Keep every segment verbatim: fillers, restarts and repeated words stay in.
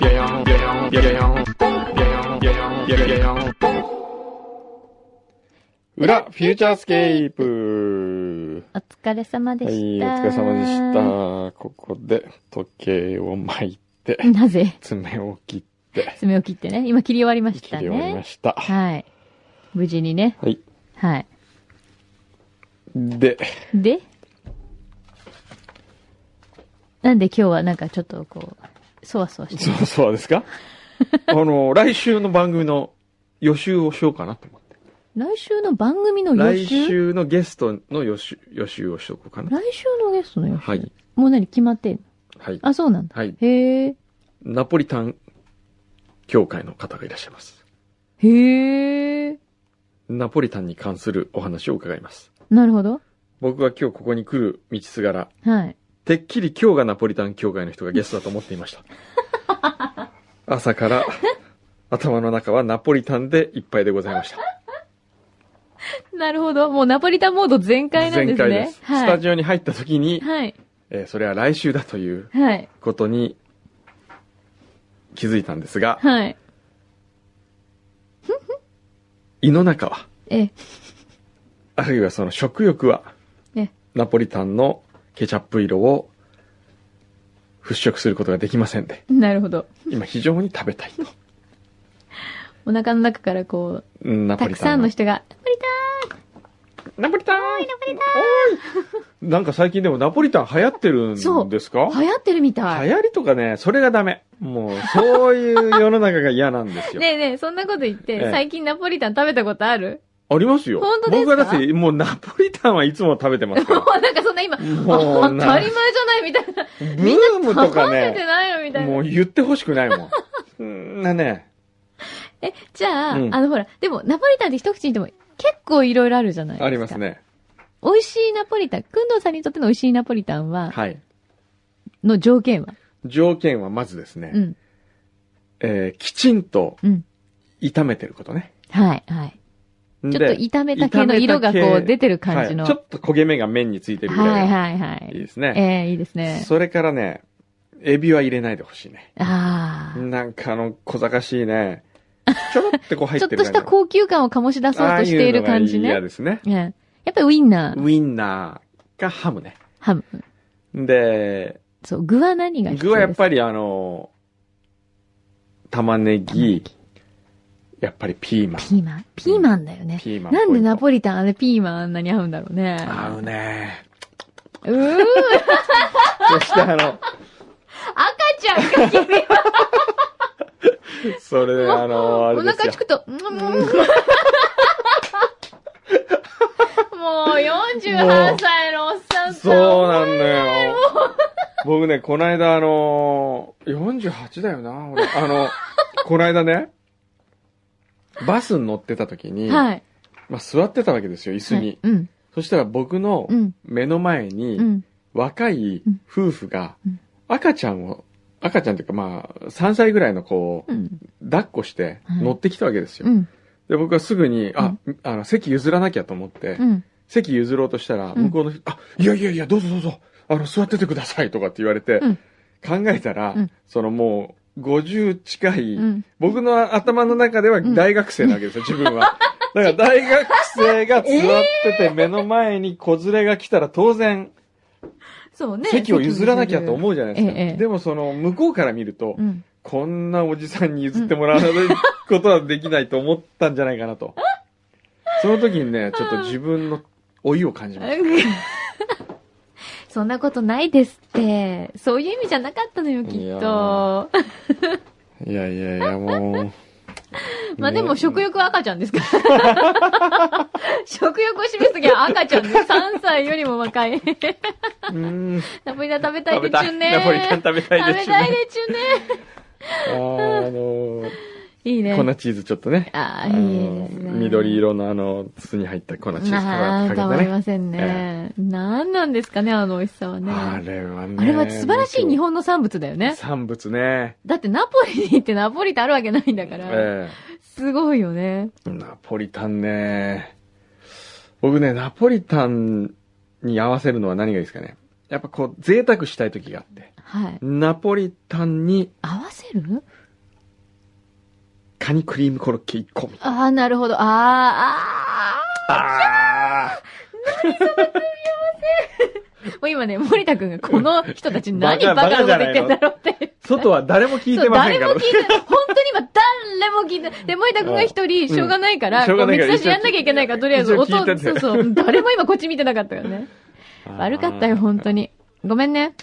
ビャヤンビャヤンビャヤンビャヤンビャヤンビャヤン裏フューチャースケープ。 お疲れ様でした。 はい、お疲れ様でした。ここで時計を巻いて、 なぜ爪を切って、 爪を切ってね。今切り終わりましたね。 切り終わりました。 はい。無事にね。 はい。 はい。 で、 でなんで今日はなんかちょっとこう、そわそわしてる。 そうそうですかあの、来週の番組の予習をしようかなと思って。 来週の番組の予習？ 来週のゲストの予習、予習をしとこうかな。 来週のゲストの予習？ はい。 もう何決まってんの？ はい。 あ、そうなんだ。 はい。 へえ。 ナポリタン協会の方がいらっしゃいます。 へえ。 ナポリタンに関するお話を伺います。 なるほど。 僕は今日ここに来る道すがら、 はい。 てっきり今日がナポリタン協会の人がゲストだと思っていました。朝から頭の中はナポリタンでいっぱいでございました。 なるほど。もうナポリタンモード全開なんですね。 全開です。はい、スタジオに入った時に、 はい。 えー、それは来週だということに気づいたんですが、 はい。 胃の中は、 ええ、 あるいはその食欲は、 ええ、 ナポリタンのケチャップ色を払拭することができませんで。 なるほど。 今非常に食べたいと。 お腹の中からこう、 ナポリタンたくさんの人が、ナポリタンナポリタンおーい、ナポリタンなんか最近でもナポリタン流行ってるんですか？ 流行ってるみたい。 流行りとかね、それがダメ。もう、そういう世の中が嫌なんですよ。 ねえねえ、そんなこと言って、ええ、最近ナポリタン食べたことある？ ありますよ。 本当ですか？ 僕はだって、もうナポリタンはいつも食べてますから。 もうなんかそんな今、もう当たり前じゃないみたいな。 ブームとかね。 食べてないのみたいな。 もう言ってほしくないもん。そんなね。 え、じゃあ、 うん、 あのほら、でもナポリタンって一口に言っても結構いろいろあるじゃないですか。 ありますね。 美味しいナポリタン、くんどうさんにとっての美味しいナポリタンは、 はい。 の条件は条件はまずですね、 うん、 えー、きちんと、炒めてることね。 うん、はい、はい。ちょっと炒めた系の色がこう出てる感じの。 はい、ちょっと焦げ目が麺についてるぐらい。 はいはいはい。 いいですね。 ええー、いいですね。 それからね、エビは入れないでほしいね。 ああ。 なんかあの、小賢しいね。ちょろってこう入ってるちょっとした高級感を醸し出そうとしている感じね。 嫌ですね。 ええ。やっぱりウインナー。 ウインナーかハムね。 ハム。 で、 そう、具は何が必要ですか？ 具はやっぱりあの、玉ねぎ、やっぱりピーマン。 ピーマンピーマンだよね。 ピーマン。 なんでナポリタンあれピーマンあんなに合うんだろうね。 合うね。 うーそしてあの、 赤ちゃんが君はそれであの、あれですよ。 お腹ちくと、うん、もうよんじゅうはっさいのおっさんと。 そうなんだよ。僕ね、この間あの、よんじゅうはちだよな、俺。あの、この間ね、バスに乗ってた時に、はい、まあ座ってたわけですよ、椅子に。はい、うん、そしたら僕の目の前に、うん、若い夫婦が赤ちゃんを、赤ちゃんというかまあさんさいぐらいの子を抱っこして乗ってきたわけですよ。うん、で僕はすぐに、あ、うん、あの席譲らなきゃと思って、うん、席譲ろうとしたら向こうの人、うん、あ、いやいやいや、どうぞどうぞ、あの座っててくださいとかって言われて、うん、考えたら、うん、そのもうごじゅう近い、うん、僕の頭の中では大学生なわけですよ、うん、自分は。だから大学生が座ってて目の前に子連れが来たら当然、そうね、席を譲らなきゃと思うじゃないですか。ええ、でもその向こうから見ると、うん、こんなおじさんに譲ってもらわないことはできないと思ったんじゃないかなと。その時にね、ちょっと自分の老いを感じました。 そんなことないですって。そういう意味じゃなかったのよ、きっと。 いやいやいや、もう。 まあでも食欲は赤ちゃんですから。食欲を示すときは赤ちゃんです。さんさいよりも若い。うん、ナポリタン食べたいでちゅね。 ナポリタン食べたいでちゅね。 食べたいでちゅね。 あー、あのー、いいね。粉チーズちょっとね。 ああ、いいですね。 緑色のあの、筒に入った粉チーズかかけてね。たまりませんね。えー、なんなんですかね、あの美味しさはね。 あれはね。 あれは素晴らしい日本の産物だよね。 産物ね。 だってナポリに行ってナポリタンあるわけないんだから。えー、すごいよね。 ナポリタンね。僕ね、ナポリタンに合わせるのは何がいいですかね。 やっぱこう、贅沢したい時があって。 はい。 ナポリタンに。 合わせる？ カニクリームコロッケいっこみたいな。 ああ、なるほど。ああ、ああ。ああ。何その組み合わせ。もう今ね、森田くんがこの人たち何バカなこと言ってんだろうって。 外は誰も聞いてませんから。 誰も聞いてない。本当に今誰も聞いてない。で、森田くんが一人、しょうがないから、こう、ミキサしやんなきゃいけないから、とりあえず音、そうそう。誰も今こっち見てなかったからね。悪かったよ、本当に。ごめんね。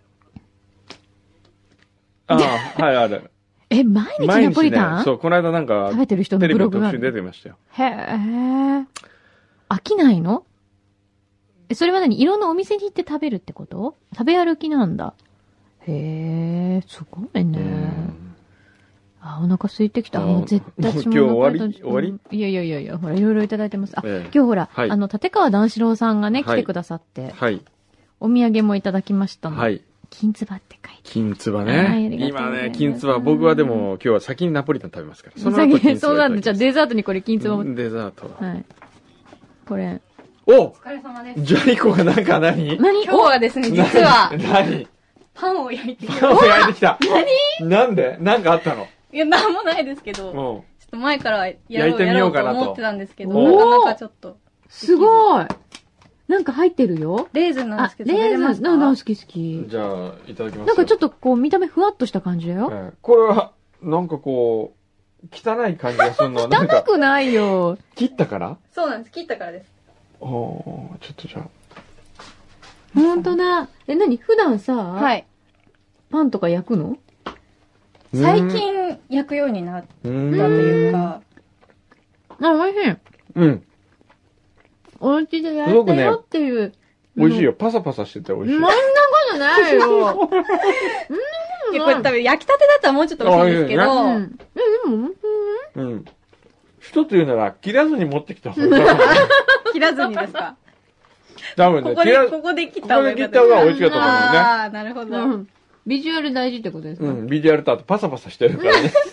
ああ、はい、ある。 え、毎日ナポリタン、 ね、そう、この間なんか、 食べてる人のブログが。 テレビの特集出てましたよ。 へぇー。飽きないの？え、それは何？いろんなお店に行って食べるってこと？食べ歩きなんだ。へぇー、すごいね。あ、お腹空いてきた。もう絶対今日終わり終わりいやいやいやいや、ほら、いろいろいただいてます。あ、ええ、今日ほら、はい、あの、立川談志郎さんがね、来てくださって、はい。お土産もいただきましたので。はい。金つばって書いて。 金つばね。はい、今ね、金つば、僕はでも今日は先にナポリタン食べますから。その後金つば。 そうなんだ。じゃあデザートにこれ金つばも。 デザート。 はい。これ。 おお疲れ様です。ジャリコがなんか何何今日はですね、実は。 何パンを焼いてきた。パンを焼いてきた。 何なんでなんかあったの？ いや、なんもないですけど、ちょっと前からやろうやろうと思ってたんですけど、なかなかちょっと。 すごい。なんか入ってるよ。 レーズンなんですけど、 レーズン、なんだ、好き好き。 じゃあ、いただきます。 なんかちょっとこう、見た目ふわっとした感じだよ。 ええ、これは、なんかこう、汚い感じがするのはなんか。汚くないよ。 切ったから？ そうなんです、切ったからです。 おー、ちょっとじゃあ。 ほんとだ。え、なに普段さ、 はい。 パンとか焼くの？ 最近焼くようになったというか。 あ、美味しい。 うん。 お家で焼いたよっていう。ね、 美味しいよ。パサパサしてて美味しい。 そんなことないよ。 いや、これ多分焼きたてだったらもうちょっと美味しいんですけど。うん。 え、でも、 うん。一つ言うなら、切らずに持ってきた方が。 切らずにですか？ 多分ね、 ここで、ここで切った方がいい。 ここで切った方が美味しかったと思うね。 ああ、なるほど、うん。 ビジュアル大事ってことですか？ うん、ビジュアルとあとパサパサしてるからね。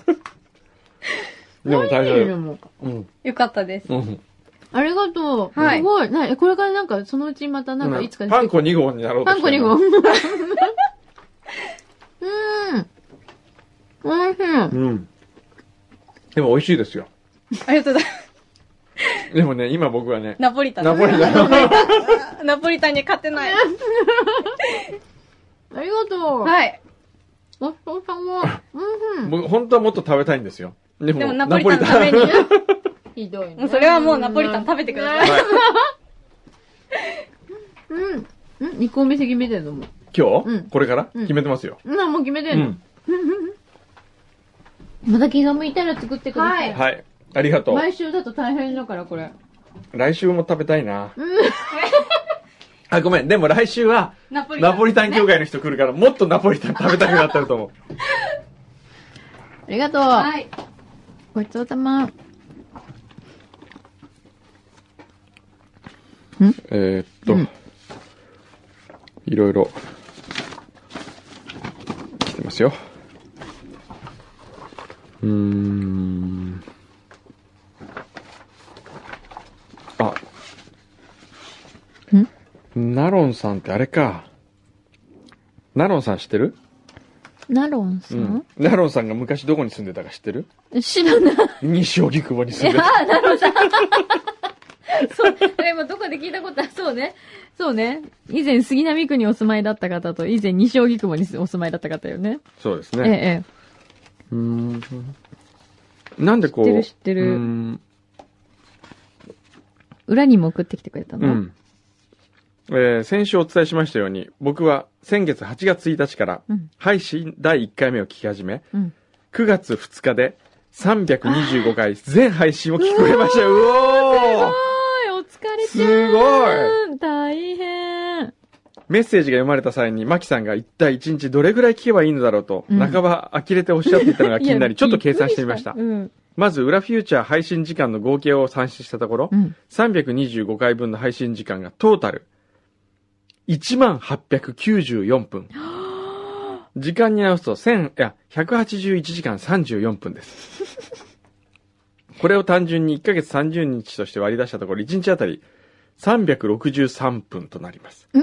でも大丈夫。 うん。よかったです。うん。 ありがとう。はい。すごい。な、これからなんか、そのうちまたなんかいつか、 うん、パン粉に号になろうとしてパン粉に号。うん。おいしい。 うん。でも美味しいですよ。 ありがとうございます。 でもね、今僕はね。 ナポリタン。 ナポリタン。ナポリタンに勝てない。 ありがとう。 はい。 お父さんも。 うん。僕、本当はもっと食べたいんですよ。でも、 でもナポリタンのために。 ひどいね。 もうそれはもうナポリタン食べてください。はい、 うん。うんにこめせ決めてんのも。 今日、うん、これから、うん、決めてますよ。 うん、もう決めてんの。うん、また気が向いたら作ってください。 はい。はい。ありがとう。 来週だと大変だから、これ。 来週も食べたいな。うん。あ、ごめん。でも来週は、ナポリタン、ナポリタン協会の人来るから、もっとナポリタン食べたくなってると思う。 ありがとう。はい。ごちそうさま。んえー、っと、うん、いろいろ、来てますよ。うーん。あ。んナロンさんってあれか。ナロンさん知ってる？ ナロンさん、うん、 ナロンさんが昔どこに住んでたか知ってる？ 知らない。 西荻窪に住んでた。 あ、ナロンさん。そう、今どこで聞いたことある。そうね。そうね。以前杉並区にお住まいだった方と、以前西荻窪にお住まいだった方よね。 そうですね。 ええ。 うーん。なんでこう。 知ってる知ってる。うん、裏にも送ってきてくれたの？うん。 えー、先週お伝えしましたように、僕は先月はちがつついたちから配信だいいっかいめを聞き始め、うん、くがつふつかでさんびゃくにじゅうごかい全配信を聞こえましたよ。うおー、 すごい、お疲れちゃん。 すごい大変。 メッセージが読まれた際にマキさんが一体いちにちどれぐらい聞けばいいのだろうと、うん、半ば呆れておっしゃっていたのが気になりちょっと計算してみました。うん、まず裏フューチャー配信時間の合計を算出したところ、うん、さんびゃくにじゅうごかいぶんの配信時間がトータルいちまんはっぴゃくきゅうじゅうよんぷん。時間に直すと千、いや、ひゃくはちじゅういちじかんさんじゅうよんぷんです。これを単純にいっかげつさんじゅうにちとして割り出したところ、いちにちあたりさんびゃくろくじゅうさんぷんとなります。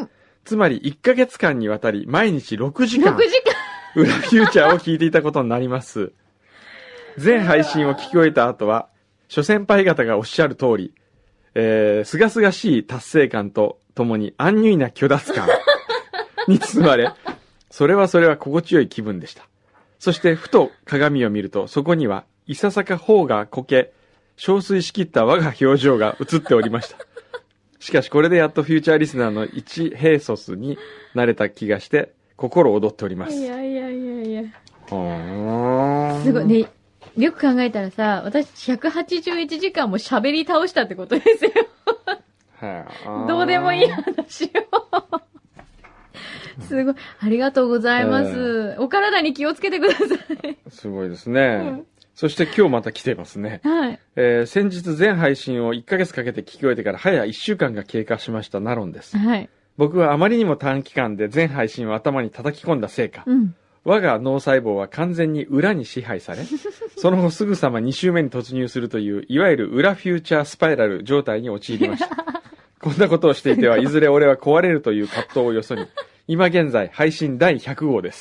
つまりいっかげつかんにわたり毎日ろくじかん、 ろくじかん裏フューチャーを聞いていたことになります。全配信を聞き終えた後は、諸先輩方がおっしゃる通り、えー、すがすがしい達成感とともに安入な虚脱感に包まれ、それはそれは心地よい気分でした。そしてふと鏡を見ると、そこにはいささか頬がこけ、憔悴しきった我が表情が映っておりました。しかしこれでやっとフューチャーリスナーの一兵卒になれた気がして、心躍っております。 いやいやいやいや。 はーん。 すごいね。よく考えたらさ、私ひゃくはちじゅういちじかんも喋り倒したってことですよ。どうでもいい話を。すごい。ありがとうございます。えー、お体に気をつけてください。 すごいですね。うん、そして今日また来ていますね。 はい。 えー、先日全配信をいっかげつかけて聞き終えてから早いっしゅうかんが経過しましたナロンです。 はい。 僕はあまりにも短期間で全配信を頭に叩き込んだせいか、 うん、 我が脳細胞は完全に裏に支配され、その後すぐさまに週目に突入するという、いわゆる裏フューチャースパイラル状態に陥りました。こんなことをしていては、いずれ俺は壊れるという葛藤をよそに、今現在配信だいひゃくごうです。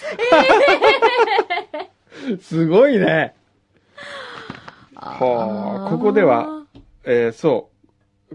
えー、すごいね。はあ、ここでは、えー、そう、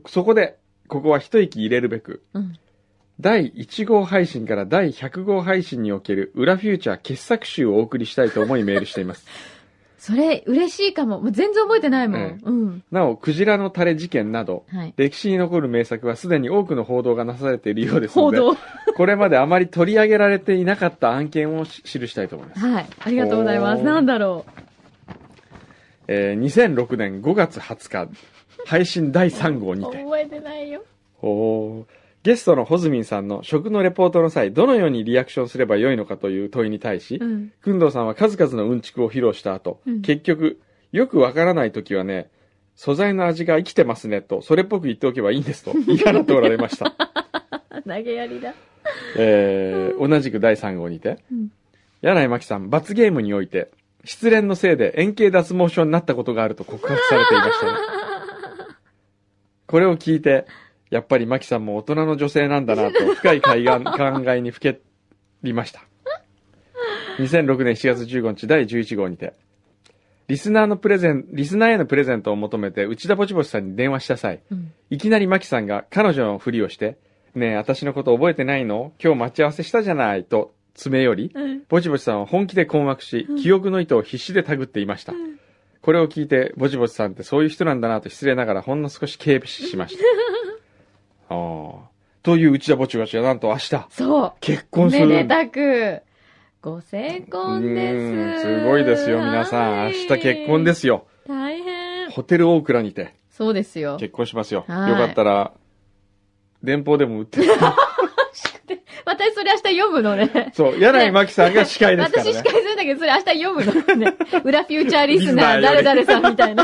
そこで、ここは一息入れるべく、うん、だいいちごう配信からだいひゃくごう配信における裏フューチャー傑作集をお送りしたいと思いメールしています。 それ嬉しいかも。もう全然覚えてないもん。ええ、うん、 なお、クジラの垂れ事件など、はい、歴史に残る名作はすでに多くの報道がなされているようですので、これまであまり取り上げられていなかった案件を記したいと思います。 はい。ありがとうございます。なんだろう。 えー、にせんろくねんごがつはつか、配信だいさんごうにて。 覚えてないよ。 おー。ゲストのホズミンさんの食のレポートの際、どのようにリアクションすればよいのかという問いに対し、くんどうさんは数々のうんちくを披露した後、うん、結局、よくわからないときはね、素材の味が生きてますねと、それっぽく言っておけばいいんですと、言い放っておられました。 投げやりだ。 えー、同じくだいさんごうにて、うん、柳井真紀さん、罰ゲームにおいて、失恋のせいで円形脱毛症になったことがあると告白されていましたね。これを聞いて、やっぱりマキさんも大人の女性なんだなと深い考えにふけりました。にせんろくねんしちがつじゅうごにちだいじゅういちごうにて、リスナーのプレゼン、リスナーへのプレゼントを求めて内田ぼちぼちさんに電話した際、うん、いきなりマキさんが彼女のふりをして、ねえ、私のこと覚えてないの？今日待ち合わせしたじゃないと詰め寄り、うん、ぼちぼちさんは本気で困惑し、うん、記憶の糸を必死で手繰っていました。うん、これを聞いて、ぼちぼちさんってそういう人なんだなと失礼ながらほんの少し軽視しました。ああ。という内田ぼちぼちがなんと明日。 そう。 結婚する。 めでたく。ご成婚です。 すごいですよ、皆さん。明日結婚ですよ。 大変。 ホテル大倉にて。 そうですよ。 結婚しますよ。よかったら、電報でも売ってる。 私それ明日読むのね。 そう、柳井真紀さんが司会ですからね。 私司会するんだけど、それ明日読むのね。裏フューチャーリスナー、誰々さんみたいな。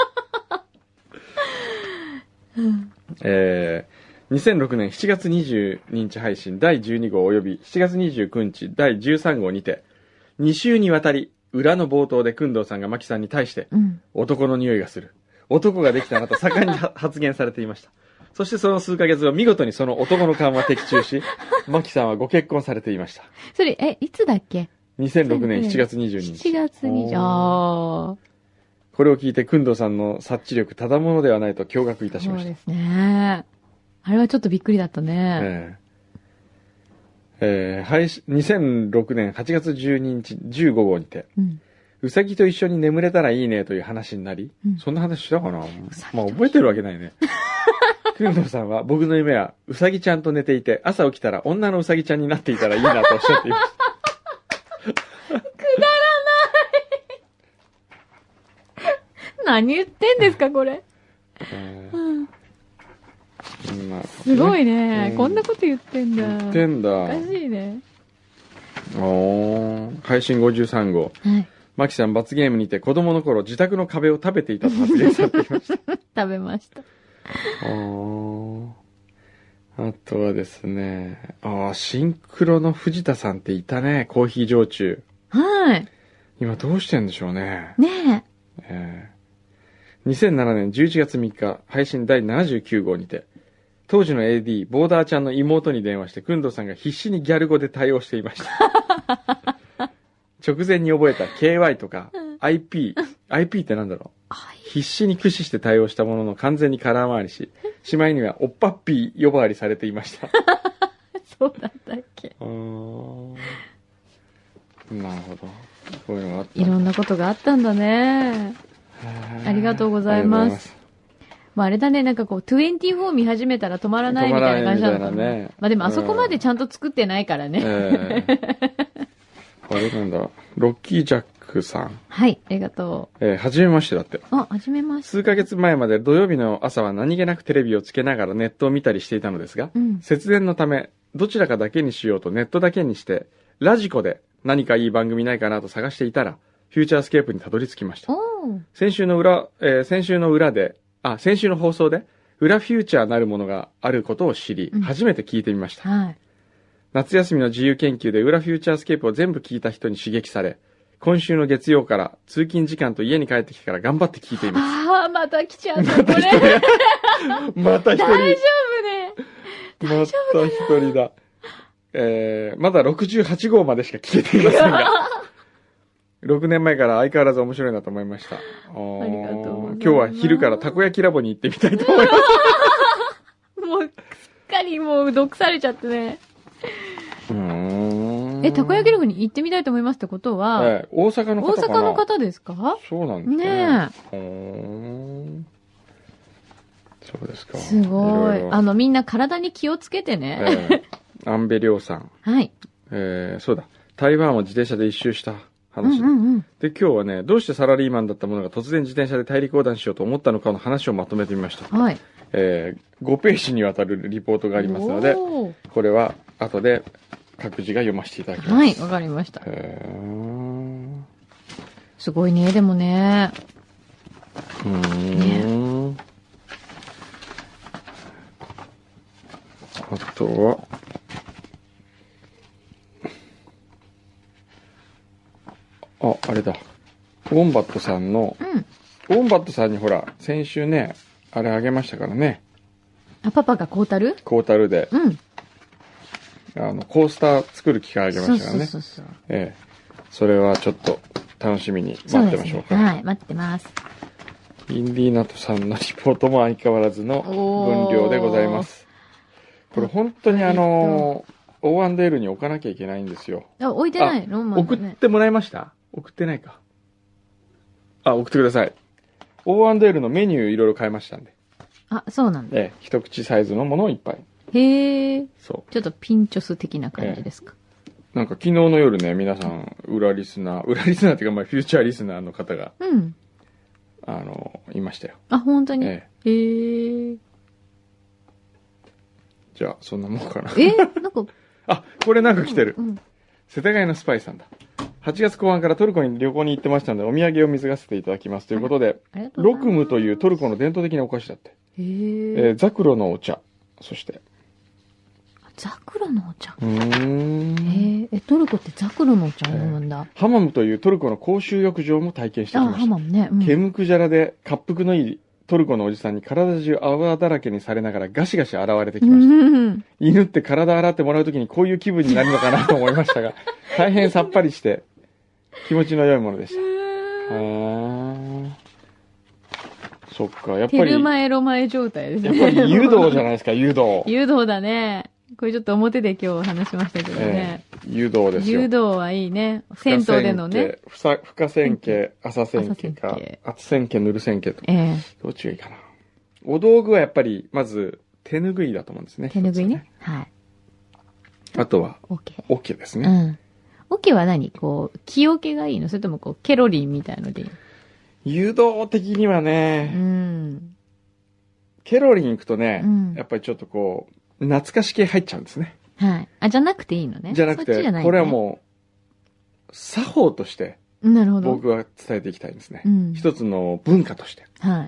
えー、にせんろくねんしちがつにじゅうににち配信だいじゅうにごう及びしちがつにじゅうくにちだいじゅうさんごうにて、に週にわたり、裏の冒頭で工藤さんが真紀さんに対して、うん、男の匂いがする。男ができたなと盛んに発言されていました。そしてその数ヶ月後、見事にその男の勘は的中し、真紀さんはご結婚されていました。 それ、え、いつだっけ ? にせんろくねんしちがつにじゅうににち。 しちがつにじゅうにち。ああ。 これを聞いて、工藤さんの察知力、ただものではないと驚愕いたしました。 そうですね。あれはちょっとびっくりだったね。 えーえー、配信、にせんろくねんはちがつじゅうににちじゅうごごうにて、うん、うさぎと一緒に眠れたらいいねという話になり、うん、そんな話したかな、まあ覚えてるわけないね。工藤さんは僕の夢はうさぎちゃんと寝ていて、朝起きたら女のうさぎちゃんになっていたらいいなとおっしゃっていました。 くだらない何言ってんですかこれ、えーうんまあ、すごいね、うん、こんなこと言ってんだ言ってんだおかしいね。 おー配信ごじゅうさんごう、はい、マキさん罰ゲームにて子供の頃自宅の壁を食べていたと発言されていました食べました。 おあとはですね、あシンクロの藤田さんっていたね、コーヒー焼酎。 はい。 今どうしてんでしょうね。 ねえ。 えー、にせんななねんじゅういちがつみっか、配信だいななじゅうきゅうごうにて、 当時の エーディー、ボーダーちゃんの妹に電話して、くんどうさんが必死にギャル語で対応していました。直前に覚えた ケーワイ とか、アイピー、アイピー ってなんだろう、必死に駆使して対応したものの完全に空回りし、しまいにはおっぱっぴー呼ばわりされていました。 そうだったっけ。 あー、なるほど。こういうのがあった。 いろんなことがあったんだね。ありがとうございます。まああれだね、なんかこう、にじゅうよん見始めたら止まらないみたいな感じなのかな。ね、まあでもあそこまでちゃんと作ってないからね。えー、あれなんだ、ロッキージャックさん。 はい、ありがとう。えー、はじめましてだって。 あ、はじめまして。 数ヶ月前まで土曜日の朝は何気なくテレビをつけながらネットを見たりしていたのですが、うん、節電のため、どちらかだけにしようとネットだけにして、ラジコで何かいい番組ないかなと探していたら、フューチャースケープにたどり着きました。先週の裏、えー、先週の裏で、あ、先週の放送で、裏フューチャーなるものがあることを知り、うん、初めて聞いてみました。はい、夏休みの自由研究で裏フューチャースケープを全部聞いた人に刺激され、今週の月曜から通勤時間と家に帰ってきてから頑張って聞いています。 ああ、また来ちゃった、これ。 また一人。 大丈夫ね。 また一人だ。えー、まだろくじゅうはち号までしか聞けていませんが。ろくねんまえから相変わらず面白いなと思いました。ありがとうございます。 今日は昼からたこ焼きラボに行ってみたいと思います。 もう、すっかりもう毒されちゃってね。 うーん。 え、たこ焼きラボに行ってみたいと思いますってことは、 えー、大阪の方かな。 大阪の方ですか？ そうなんですね。 ねえ。うーん。そうですか。 すごい。いろいろあの、みんな体に気をつけてね。 えー、アンベリョウさん。 はい。 えー、そうだ。台湾を自転車で一周した話、うんうんうん。で、今日はね、どうしてサラリーマンだったものが突然自転車で大陸横断しようと思ったのかの話をまとめてみました。 はい。 えー、ごページにわたるリポートがありますので、これは後で各自が読ませていただきます。 はい、わかりました。 へー。 すごいね、でもね。 うーん。ね、あとは、あ、あれだ。ウォンバットさんの、うん、ウォンバットさんにほら、先週ね、あれあげましたからね。 あ、パパがコータル？ コータルで。 うん。 あの、コースター作る機会あげましたからね。 そうそうそうそう。 ええ。それはちょっと楽しみに待ってましょうか。 うね、はい、待ってます。 インディーナットさんのリポートも相変わらずの分量でございます。これ本当にあの、オーアンドエル に置かなきゃいけないんですよ。 あ、置いてないの？まだね、 送ってもらいました？送ってないか。あ、送ってください。オーアンドエル のメニューいろいろ変えましたんで。 あ、そうなんだ。 ええ、一口サイズのものをいっぱい。 へえ。 そう。 ちょっとピンチョス的な感じですか。 ええ、なんか昨日の夜ね、皆さん、裏リスナー、裏リスナーっていうか、まあ、フューチャーリスナーの方が、 うん。 あの、いましたよ。 あ、本当に？ ええ。へえ。 じゃあ、そんなもんかな。 えなんか。 あ、これなんか来てる。 うんうん、 世田谷のスパイさんだ。はちがつこう半からトルコに旅行に行ってましたので、お土産を見継がせていただきますということで、ロクムというトルコの伝統的なお菓子だって。 へーえー、ザクロのお茶。そして。 ザクロのお茶。 うーん。 へえ、トルコってザクロのお茶を飲むんだ。 ハマムというトルコの公衆浴場も体験してきました。 あ、ハマムね。うん、 ケムクジャラで滑腹のいいトルコのおじさんに体中泡だらけにされながらガシガシ洗われてきました。うん、犬って体洗ってもらうときにこういう気分になるのかなと思いましたが、大変さっぱりして気持ちの良いものでした。ーそっか、やっぱり。 テルマエロマエ状態ですね。 やっぱり湯道じゃないですか、湯道。 湯道だね。これちょっと表で今日話しましたけどね。 えー、湯道ですよ。 湯道はいいね。銭湯でのね。 深千家、浅千家か、厚千家、ぬる千家と。 えー、 どっちがいいかな。お道具はやっぱり、まず、手ぬぐいだと思うんですね。 手ぬぐいね。はい。 あとは、 オケ。 オケですね。 うん。オケは何こう、木桶がいいの？それともこう、ケロリンみたいのでいいの？ 湯道的にはね、 うん、 ケロリン行くとね、 うん、 やっぱりちょっとこう、懐かし系入っちゃうんですね。 はい。あ、じゃなくていいのね。 じゃなくて、 そっちじゃないね、 これはもう、作法として、 なるほど。 僕は伝えていきたいんですね。 うん、 一つの文化として。 はい。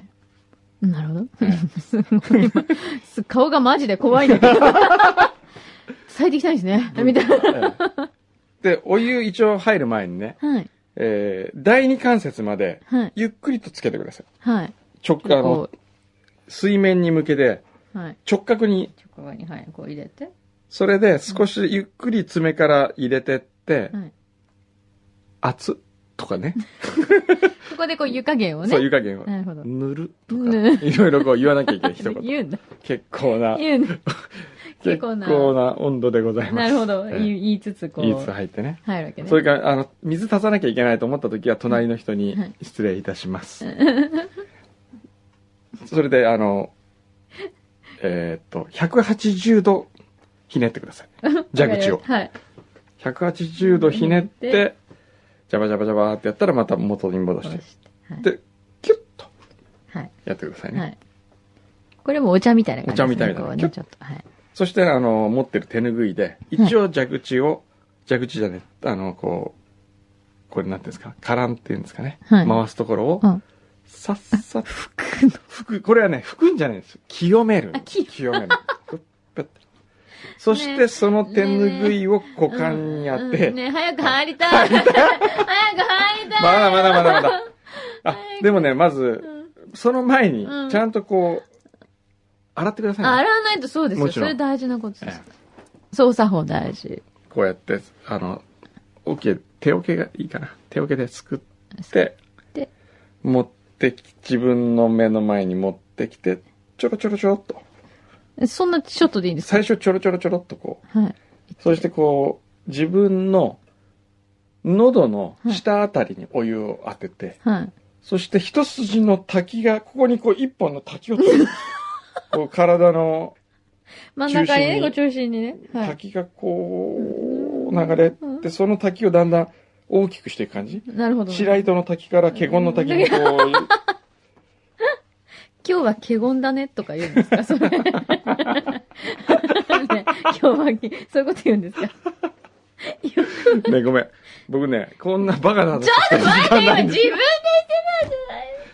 なるほど。すごい今顔がマジで怖いんだけど。伝えていきたいですね。みたいな。 で、お湯一応入る前にね、 はい。 えー、第二関節まで、ゆっくりとつけてください。 はい。 直、あの、水面に向けて、 直角に。 直角に、はい。こう入れて。 それで少しゆっくり爪から入れてって、はい、熱とかね。 ここでこう湯加減をね。 そう、湯加減を。 なるほど。 塗るとか、いろいろこう言わなきゃいけない一言。 言うんだ。 結構な。 言うんだ。 結構な温度でございます。 なるほど。言いつつこう。 言いつつ入ってね。 入るわけね。 それから、あの、水足さなきゃいけないと思った時は、隣の人に失礼いたします。それで、あの、えっと、ひゃくはちじゅうどひねってください。蛇口を。 はい。 ひゃくはちじゅうどひねって、ジャバジャバジャバってやったらまた元に戻して。はい、で、キュッと。やってくださいね。はい。 これもお茶みたいな感じですね。 お茶みたいな。 ね、ちょっと。はい。 そして、あの、持ってる手ぬぐいで、一応蛇口を、はい、蛇口じゃね、あの、こう、これなんていうんですか、カランっていうんですかね。はい、回すところを、うん、さっさと、 拭くの。 拭く。これはね、拭くんじゃないんですよ。清める。清める。そして、その手ぬぐいを股間に当て。 ね、早く入りたい。早く入りたい。 まだまだまだまだ。あ、でもね、まず、その前に、ちゃんとこう、洗ってください、 ね。洗わないとそうですよ。それ大事なことです。操作法大事。 こうやって、あの、OK、手桶がいいかな。手桶ですくって、で持ってき、自分の目の前に持ってきて、ちょろちょろちょろっと。 そんなショットでいいんですか？ 最初ちょろちょろちょろっとこう。はい。そしてこう、自分の喉の下あたりにお湯を当てて、はい。そして一筋の滝が、ここにこう一本の滝をつける。こう体の真ん中にね、ご中心にね。 はい、滝がこう流れて、うん、その滝をだんだん大きくしていく感じ。 なるほど。 白糸の滝から華厳の滝にこう。 今日は華厳だねとか言うんですかそれ。ね、今日は、そういうこと言うんですかね、ごめん。僕ね、こんなバカな話してる時間ないんです。ちょっと待って、今自分で言ってたじ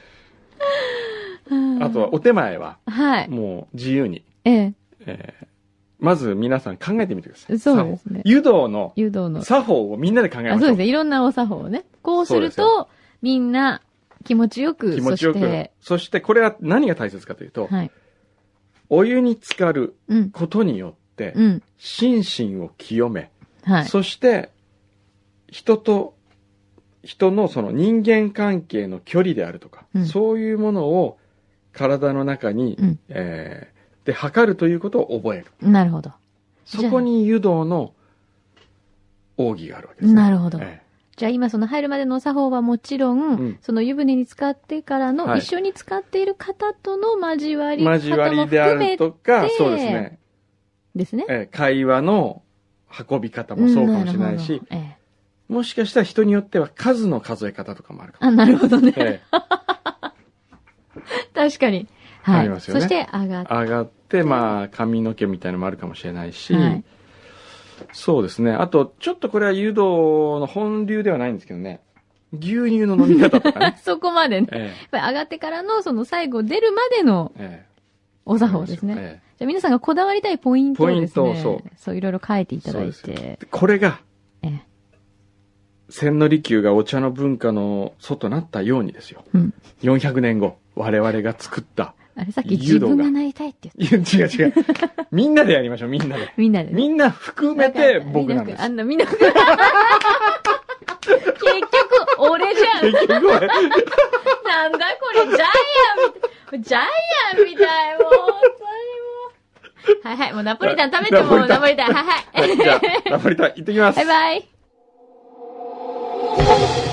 ゃない。 あとは、お手前は、 はい。 もう自由に。 ええ。 えー、まず皆さん考えてみてください。 そうですね。 湯道の、 湯道の作法をみんなで考えましょう。 そうですね。いろんなお作法をね。こうすると、みんな気持ちよく、 気持ちよく。そして、そしてこれは何が大切かというと、はい、お湯に浸かることによって、うん、心身を清め、はい、そして、人と、人のその人間関係の距離であるとか、うん、そういうものを体の中に、うん、えー、で、測るということを覚える。 なるほど。 そこに湯道の奥義があるわけですね。 なるほど。ええ、じゃあ今その入るまでのお作法はもちろん、うん、その湯船に浸かってからの、はい、一緒に浸かっている方との交わり方も含めて。交わりであるとか、そうですね。ですね。 ええ、会話の運び方もそうかもしれないし、うん、ええ、もしかしたら人によっては数の数え方とかもあるかも。 あ、なるほどね。ええ、確かに。はい。ありますよね。そして上がって。 上がって、まあ、髪の毛みたいなのもあるかもしれないし、はい、そうですね。あと、ちょっとこれは湯道の本流ではないんですけどね。牛乳の飲み方とかね。 そこまでね。ええ、やっぱり上がってからの、その最後出るまでの、お作法ですね。ええ、じゃあ皆さんがこだわりたいポイントをですね。ポイントを、そう。そう、いろいろ書いていただいて。 これが、ええ、千利休がお茶の文化の祖となったようにですよ。うん、よんひゃくねんご、我々が作った。 あれさっき自分がなりたいって言って。いや、違う違う。みんなでやりましょう、みんなで。 みんなで、ね。 みんな含めて僕なんです。 あんなみんな含めて。結局、俺じゃん。結局俺。なんだこれ、ジャイアンみたい。ジャイアンみたい、もう、それも。はいはい、もうナポリタン食べてもナポリタン、はいはい。 じゃあ、ナポリタン行ってきます。 バイバイ。